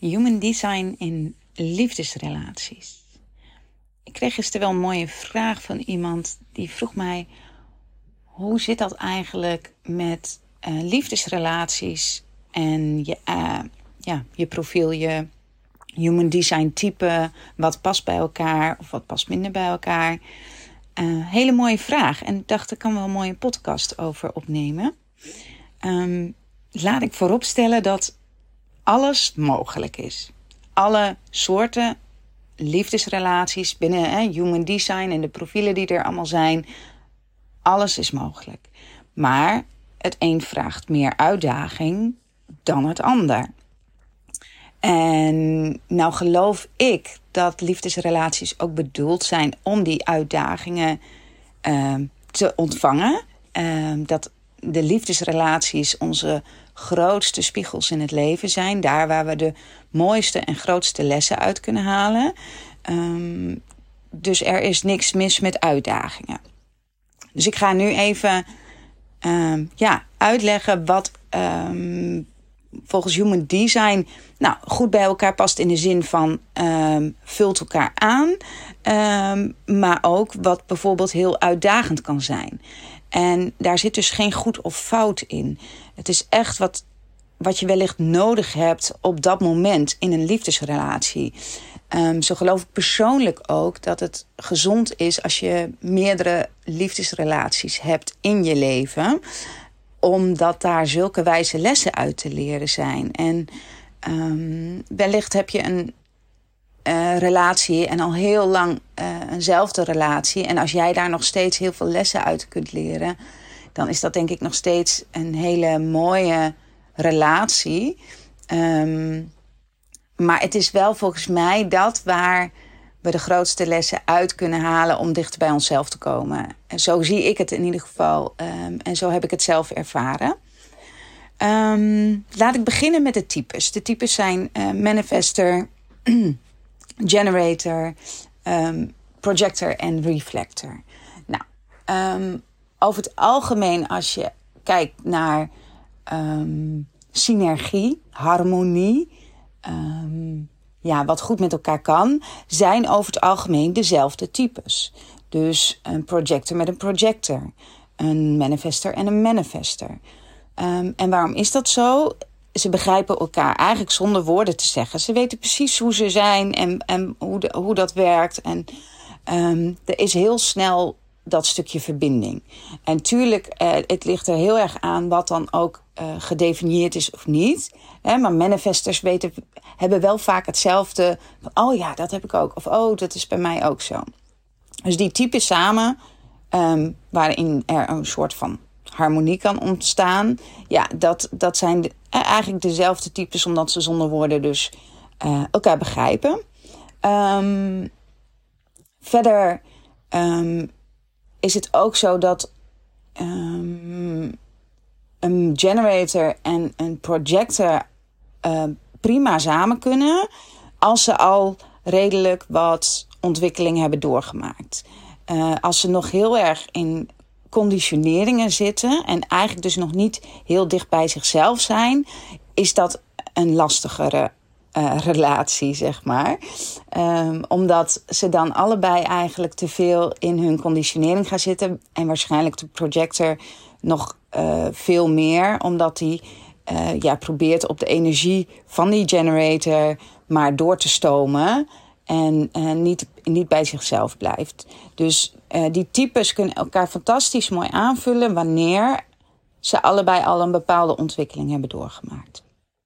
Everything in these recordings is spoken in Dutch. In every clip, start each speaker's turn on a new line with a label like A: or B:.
A: Human design in liefdesrelaties. Ik kreeg gisteren wel een mooie vraag van iemand die vroeg mij: hoe zit dat eigenlijk met liefdesrelaties en je profiel, je human design type, wat past bij elkaar of wat past minder bij elkaar? Hele mooie vraag. En ik dacht, ik kan wel een mooie podcast over opnemen. Laat ik vooropstellen dat alles mogelijk is. Alle soorten liefdesrelaties binnen human design en de profielen die er allemaal zijn. Alles is mogelijk. Maar het een vraagt meer uitdaging dan het ander. En nou geloof ik dat liefdesrelaties ook bedoeld zijn om die uitdagingen te ontvangen. Dat de liefdesrelaties onze grootste spiegels in het leven zijn. Daar waar we de mooiste en grootste lessen uit kunnen halen. Dus er is niks mis met uitdagingen. Dus ik ga nu even uitleggen wat volgens Human Design goed bij elkaar past in de zin van vult elkaar aan. Maar ook wat bijvoorbeeld heel uitdagend kan zijn. En daar zit dus geen goed of fout in. Het is echt wat je wellicht nodig hebt op dat moment in een liefdesrelatie. Zo geloof ik persoonlijk ook dat het gezond is als je meerdere liefdesrelaties hebt in je leven. Omdat daar zulke wijze lessen uit te leren zijn. En wellicht heb je een relatie en al heel lang eenzelfde relatie. En als jij daar nog steeds heel veel lessen uit kunt leren, dan is dat denk ik nog steeds een hele mooie relatie. Maar het is wel volgens mij dat waar we de grootste lessen uit kunnen halen om dichter bij onszelf te komen. En zo zie ik het in ieder geval. En zo heb ik het zelf ervaren. Laat ik beginnen met de types. De types zijn manifester, generator, projector en reflector. Nou, over het algemeen als je kijkt naar synergie, harmonie, wat goed met elkaar kan, zijn over het algemeen dezelfde types. Dus een projector met een projector, een manifester en een manifester. En waarom is dat zo? Ze begrijpen elkaar eigenlijk zonder woorden te zeggen. Ze weten precies hoe ze zijn en hoe dat werkt. En er is heel snel dat stukje verbinding. En tuurlijk, het ligt er heel erg aan wat dan ook gedefinieerd is of niet. Maar manifestors hebben wel vaak hetzelfde. Oh ja, dat heb ik ook. Of oh, dat is bij mij ook zo. Dus die types samen, waarin er een soort van harmonie kan ontstaan. Ja, dat zijn eigenlijk dezelfde types, omdat ze zonder woorden dus elkaar begrijpen. Verder is het ook zo dat een generator en een projector prima samen kunnen als ze al redelijk wat ontwikkeling hebben doorgemaakt. Als ze nog heel erg in conditioneringen zitten en eigenlijk dus nog niet heel dicht bij zichzelf zijn, is dat een lastigere relatie, zeg maar. Omdat ze dan allebei eigenlijk te veel in hun conditionering gaan zitten. En waarschijnlijk de projector nog veel meer. Omdat hij probeert op de energie van die generator maar door te stomen. En niet bij zichzelf blijft. Dus die types kunnen elkaar fantastisch mooi aanvullen wanneer ze allebei al een bepaalde ontwikkeling hebben doorgemaakt.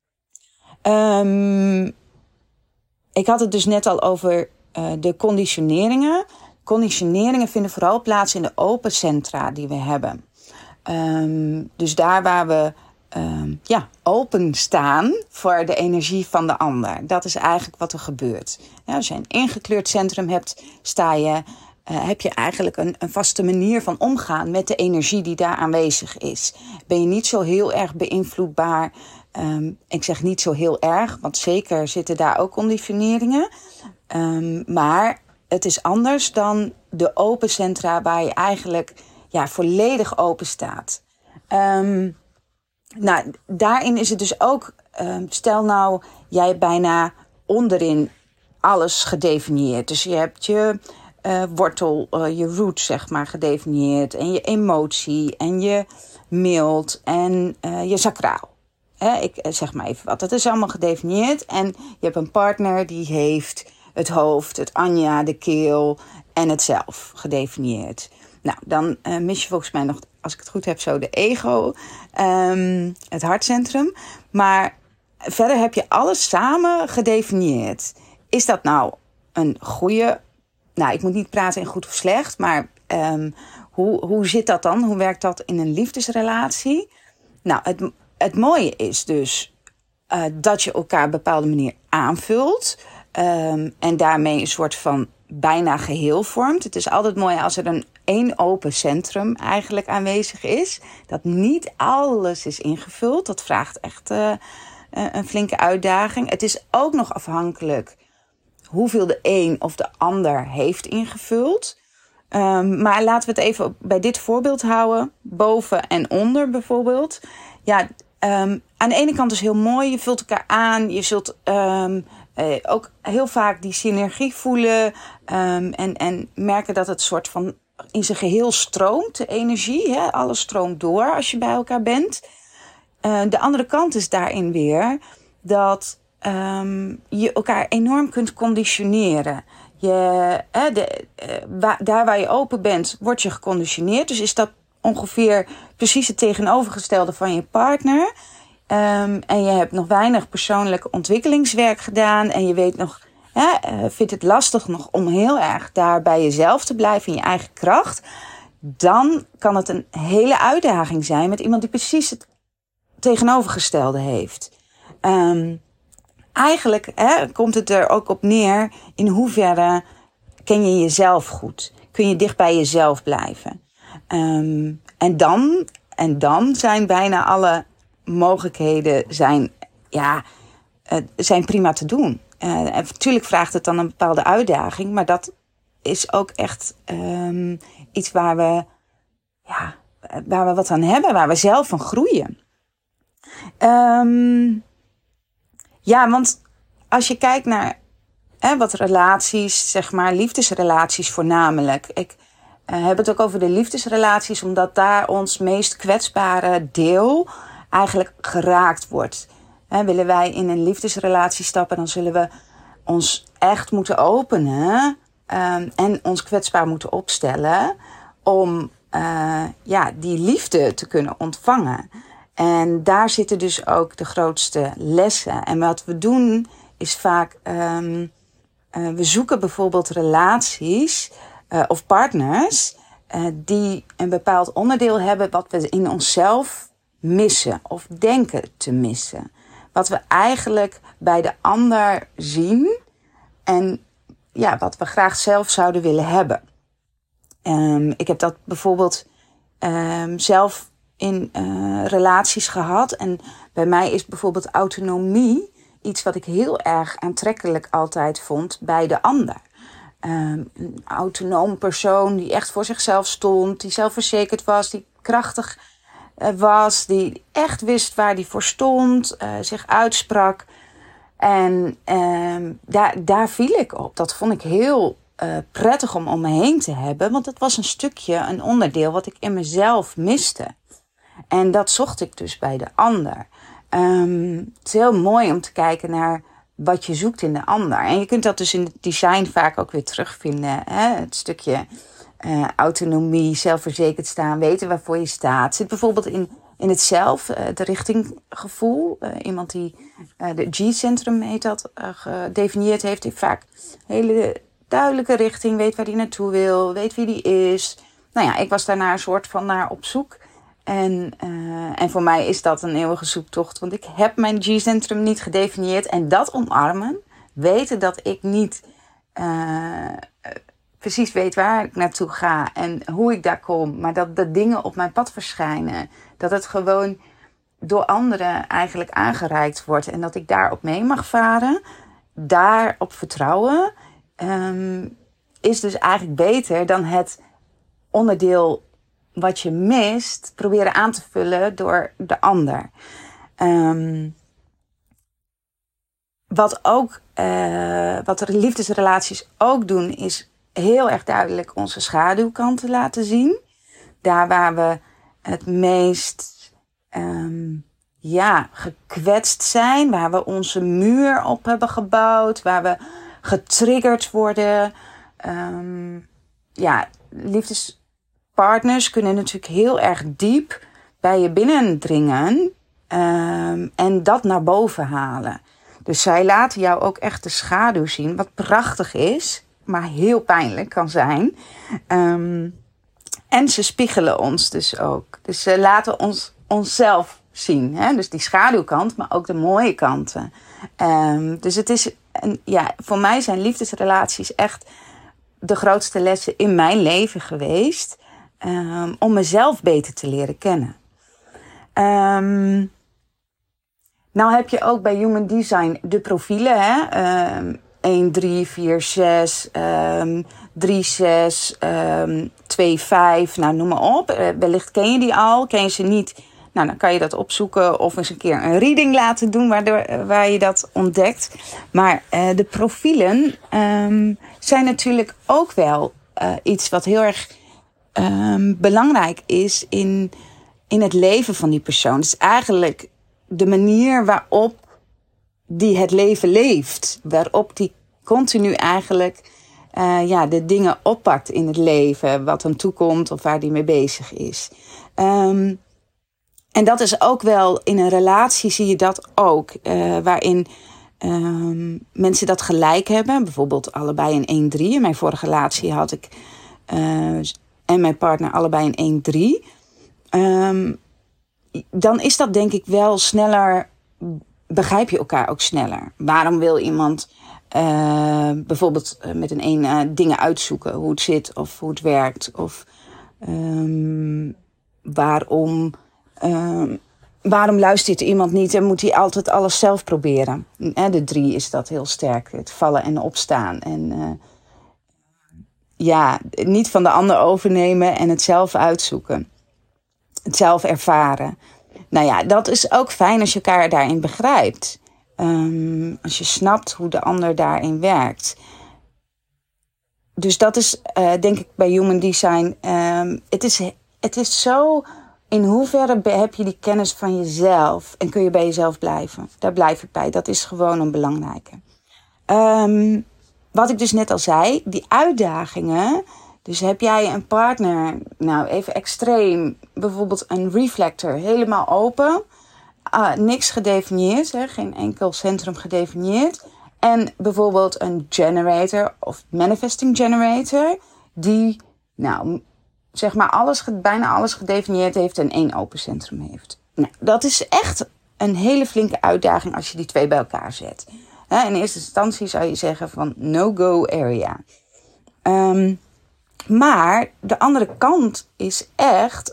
A: Ik had het dus net al over de conditioneringen. Conditioneringen vinden vooral plaats in de open centra die we hebben. Dus daar waar we open staan voor de energie van de ander. Dat is eigenlijk wat er gebeurt. Ja, als je een ingekleurd centrum hebt, heb je eigenlijk een vaste manier van omgaan met de energie die daar aanwezig is. Ben je niet zo heel erg beïnvloedbaar. Ik zeg niet zo heel erg, want zeker zitten daar ook conditioneringen. Maar het is anders dan de open centra waar je eigenlijk volledig open staat. Daarin is het dus ook stel nou, jij hebt bijna onderin alles gedefinieerd. Dus je hebt je wortel, je root zeg maar gedefinieerd. En je emotie en je mild en je sacraal. Ik zeg maar even wat. Dat is allemaal gedefinieerd. En je hebt een partner die heeft het hoofd, het anja, de keel en het zelf gedefinieerd. Nou, dan mis je volgens mij nog, als ik het goed heb, zo de ego, het hartcentrum. Maar verder heb je alles samen gedefinieerd. Is dat nou een goede... Nou, ik moet niet praten in goed of slecht, maar hoe zit dat dan? Hoe werkt dat in een liefdesrelatie? Nou, het mooie is dus dat je elkaar op een bepaalde manier aanvult. En daarmee een soort van bijna geheel vormt. Het is altijd mooi als er één open centrum eigenlijk aanwezig is. Dat niet alles is ingevuld. Dat vraagt echt een flinke uitdaging. Het is ook nog afhankelijk hoeveel de een of de ander heeft ingevuld. Maar laten we het even bij dit voorbeeld houden. Boven en onder bijvoorbeeld. Ja, aan de ene kant is heel mooi. Je vult elkaar aan. Je zult ook heel vaak die synergie voelen. En merken dat het soort van in zijn geheel stroomt. De energie. Hè? Alles stroomt door als je bij elkaar bent. De andere kant is daarin weer dat je elkaar enorm kunt conditioneren. Daar waar je open bent, word je geconditioneerd. Dus is dat ongeveer precies het tegenovergestelde van je partner. En je hebt nog weinig persoonlijk ontwikkelingswerk gedaan. En je weet nog, vindt het lastig nog om heel erg daar bij jezelf te blijven in je eigen kracht. Dan kan het een hele uitdaging zijn met iemand die precies het tegenovergestelde heeft. Eigenlijk komt het er ook op neer in hoeverre ken je jezelf goed. Kun je dicht bij jezelf blijven. En dan zijn bijna alle mogelijkheden zijn prima te doen. En natuurlijk vraagt het dan een bepaalde uitdaging. Maar dat is ook echt iets waar we wat aan hebben. Waar we zelf van groeien. Want als je kijkt naar wat relaties, zeg maar liefdesrelaties voornamelijk. Ik heb het ook over de liefdesrelaties, omdat daar ons meest kwetsbare deel eigenlijk geraakt wordt. Willen wij in een liefdesrelatie stappen, dan zullen we ons echt moeten openen en ons kwetsbaar moeten opstellen om die liefde te kunnen ontvangen. En daar zitten dus ook de grootste lessen. En wat we doen is vaak, we zoeken bijvoorbeeld relaties of partners die een bepaald onderdeel hebben wat we in onszelf missen of denken te missen. Wat we eigenlijk bij de ander zien en wat we graag zelf zouden willen hebben. Ik heb dat bijvoorbeeld zelf in relaties gehad. En bij mij is bijvoorbeeld autonomie iets wat ik heel erg aantrekkelijk altijd vond bij de ander. Een autonoom persoon die echt voor zichzelf stond, die zelfverzekerd was, die krachtig was, die echt wist waar die voor stond, zich uitsprak. En daar viel ik op. Dat vond ik heel prettig om me heen te hebben, want het was een onderdeel wat ik in mezelf miste. En dat zocht ik dus bij de ander. Het is heel mooi om te kijken naar wat je zoekt in de ander. En je kunt dat dus in het design vaak ook weer terugvinden. Het stukje autonomie, zelfverzekerd staan, weten waarvoor je staat. Zit bijvoorbeeld in het zelf, het richtinggevoel. Iemand die de G-centrum heet dat, gedefinieerd heeft vaak een hele duidelijke richting, weet waar hij naartoe wil, weet wie die is. Nou ja, ik was daarna een soort van naar op zoek. En voor mij is dat een eeuwige zoektocht. Want ik heb mijn G-centrum niet gedefinieerd. En dat omarmen, weten dat ik niet precies weet waar ik naartoe ga en hoe ik daar kom. Maar dat de dingen op mijn pad verschijnen. Dat het gewoon door anderen eigenlijk aangereikt wordt. En dat ik daarop mee mag varen. Daarop vertrouwen. Is dus eigenlijk beter dan het onderdeel wat je mist proberen aan te vullen door de ander. wat de liefdesrelaties ook doen, is heel erg duidelijk onze schaduwkanten laten zien. Daar waar we het meest gekwetst zijn, waar we onze muur op hebben gebouwd, waar we getriggerd worden. Liefdespartners kunnen natuurlijk heel erg diep bij je binnendringen en dat naar boven halen. Dus zij laten jou ook echt de schaduw zien, wat prachtig is, maar heel pijnlijk kan zijn. En ze spiegelen ons dus ook. Dus ze laten onszelf zien. Hè? Dus die schaduwkant, maar ook de mooie kanten. Dus het is, voor mij zijn liefdesrelaties echt de grootste lessen in mijn leven geweest. Om mezelf beter te leren kennen. Nou heb je ook bij Human Design de profielen. Hè? 1, 3, 4, 6, 3, 6, 2, 5, nou noem maar op. Wellicht ken je die al, ken je ze niet. Nou, dan kan je dat opzoeken of eens een keer een reading laten doen waar je dat ontdekt. Maar de profielen zijn natuurlijk ook wel iets wat heel erg belangrijk is in het leven van die persoon. Het is eigenlijk de manier waarop die het leven leeft. Waarop die continu eigenlijk de dingen oppakt in het leven. Wat hem toekomt of waar die mee bezig is. En dat is ook wel, in een relatie zie je dat ook. Waarin mensen dat gelijk hebben. Bijvoorbeeld allebei een 1-3. In mijn vorige relatie had ik en mijn partner allebei een 1-3. Dan is dat denk ik wel sneller, begrijp je elkaar ook sneller. Waarom wil iemand bijvoorbeeld met een 1 dingen uitzoeken, hoe het zit of hoe het werkt? Of waarom luistert iemand niet en moet hij altijd alles zelf proberen? De 3 is dat heel sterk, het vallen en opstaan. En niet van de ander overnemen en het zelf uitzoeken. Het zelf ervaren. Nou ja, dat is ook fijn als je elkaar daarin begrijpt. Als je snapt hoe de ander daarin werkt. Dus dat is denk ik bij Human Design. Het is zo, in hoeverre heb je die kennis van jezelf en kun je bij jezelf blijven. Daar blijf ik bij. Dat is gewoon een belangrijke. Wat ik dus net al zei, die uitdagingen. Dus heb jij een partner, nou even extreem, bijvoorbeeld een reflector, helemaal open. Niks gedefinieerd, hè, geen enkel centrum gedefinieerd. En bijvoorbeeld een generator of manifesting generator, die zeg maar bijna alles gedefinieerd heeft en 1 open centrum heeft. Nou, dat is echt een hele flinke uitdaging als je die 2 bij elkaar zet. In eerste instantie zou je zeggen van no-go area. Maar de andere kant is echt,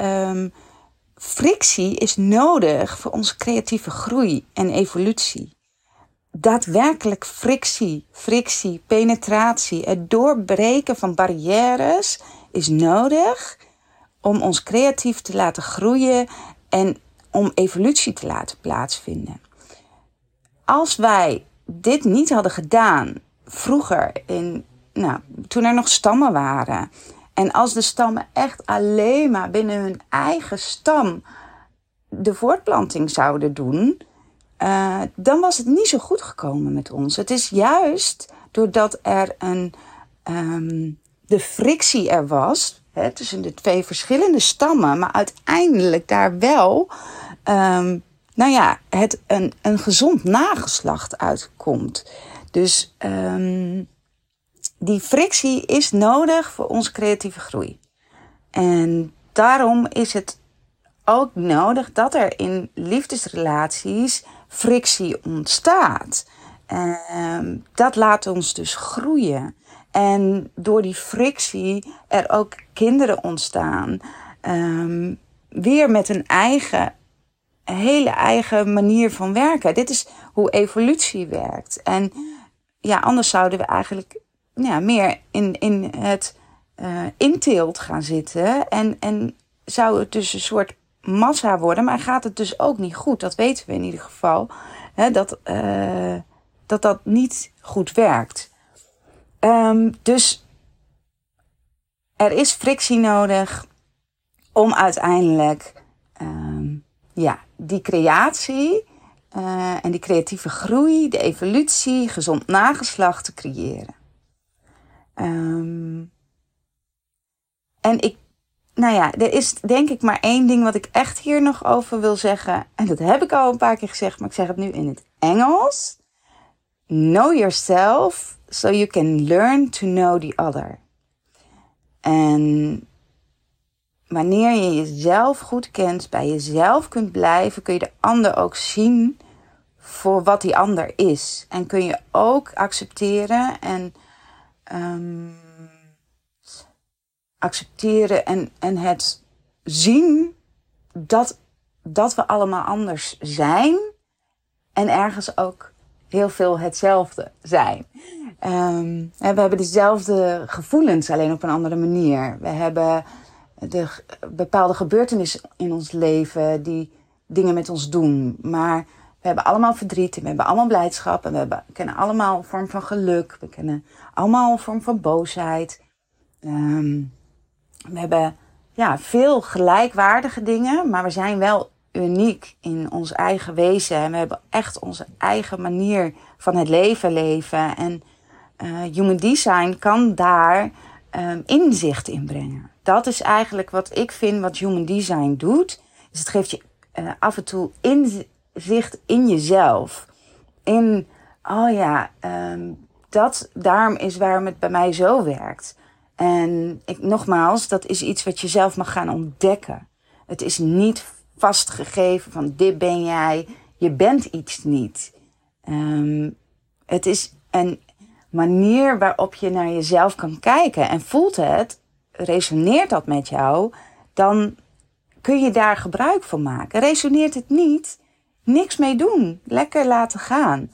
A: frictie is nodig voor onze creatieve groei en evolutie. Daadwerkelijk frictie, penetratie, het doorbreken van barrières is nodig om ons creatief te laten groeien en om evolutie te laten plaatsvinden. Als wij dit niet hadden gedaan vroeger, toen er nog stammen waren, en als de stammen echt alleen maar binnen hun eigen stam de voortplanting zouden doen, dan was het niet zo goed gekomen met ons. Het is juist doordat er de frictie er was, tussen de 2 verschillende stammen, maar uiteindelijk daar wel een gezond nageslacht uitkomt. Dus die frictie is nodig voor onze creatieve groei. En daarom is het ook nodig dat er in liefdesrelaties frictie ontstaat. Dat laat ons dus groeien. En door die frictie er ook kinderen ontstaan. Weer met een hele eigen manier van werken. Dit is hoe evolutie werkt. En anders zouden we eigenlijk meer in het inteelt gaan zitten. En zou het dus een soort massa worden. Maar gaat het dus ook niet goed. Dat weten we in ieder geval. dat niet goed werkt. Dus er is frictie nodig om uiteindelijk die creatie en die creatieve groei, de evolutie, gezond nageslacht te creëren. Er is denk ik maar één ding wat ik echt hier nog over wil zeggen. En dat heb ik al een paar keer gezegd, maar ik zeg het nu in het Engels. Know yourself so you can learn to know the other. En wanneer je jezelf goed kent, bij jezelf kunt blijven, kun je de ander ook zien voor wat die ander is. En kun je ook accepteren en het zien dat we allemaal anders zijn. En ergens ook heel veel hetzelfde zijn. We hebben dezelfde gevoelens, alleen op een andere manier. We hebben bepaalde gebeurtenissen in ons leven die dingen met ons doen. Maar we hebben allemaal verdriet en we hebben allemaal blijdschap. En we kennen allemaal een vorm van geluk. We kennen allemaal een vorm van boosheid. We hebben veel gelijkwaardige dingen, maar we zijn wel uniek in ons eigen wezen. En we hebben echt onze eigen manier van het leven. En Human Design kan daar inzicht in brengen. Dat is eigenlijk wat ik vind wat Human Design doet. Dus het geeft je af en toe inzicht in jezelf. Daarom is waarom het bij mij zo werkt. En nogmaals, dat is iets wat je zelf mag gaan ontdekken. Het is niet vastgegeven van dit ben jij, je bent iets niet. Het is een manier waarop je naar jezelf kan kijken. En voelt het, resoneert dat met jou, dan kun je daar gebruik van maken. Resoneert het niet, niks mee doen. Lekker laten gaan.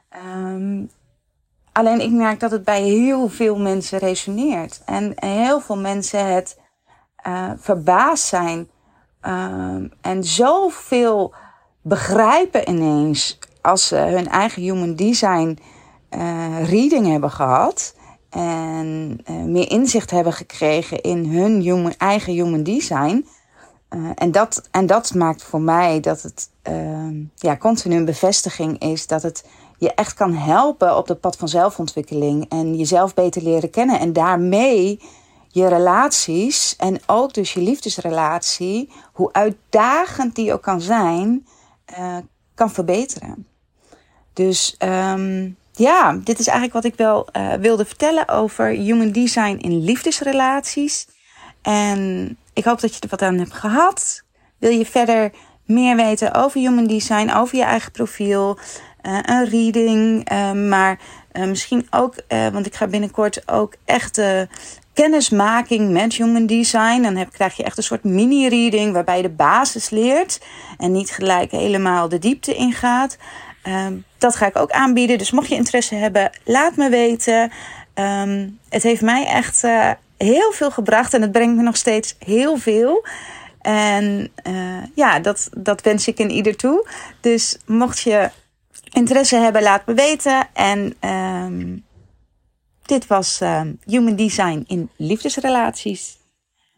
A: Alleen ik merk dat het bij heel veel mensen resoneert. En heel veel mensen het verbaasd zijn. En zoveel begrijpen ineens als ze hun eigen Human Design reading hebben gehad. En meer inzicht hebben gekregen in hun eigen Human Design. En dat maakt voor mij dat het continu een bevestiging is dat het je echt kan helpen op het pad van zelfontwikkeling en jezelf beter leren kennen. En daarmee je relaties en ook dus je liefdesrelatie, hoe uitdagend die ook kan zijn, kan verbeteren. Dus dit is eigenlijk wat ik wel wilde vertellen over Human Design in liefdesrelaties. En ik hoop dat je er wat aan hebt gehad. Wil je verder meer weten over Human Design, over je eigen profiel, een reading, maar misschien ook, want ik ga binnenkort ook echt kennismaking met Human Design. Dan krijg je echt een soort mini-reading waarbij je de basis leert en niet gelijk helemaal de diepte ingaat. Dat ga ik ook aanbieden, dus mocht je interesse hebben, laat me weten. Het heeft mij echt heel veel gebracht en het brengt me nog steeds heel veel. En dat wens ik in ieder toe. Dus mocht je interesse hebben, laat me weten. En dit was Human Design in liefdesrelaties.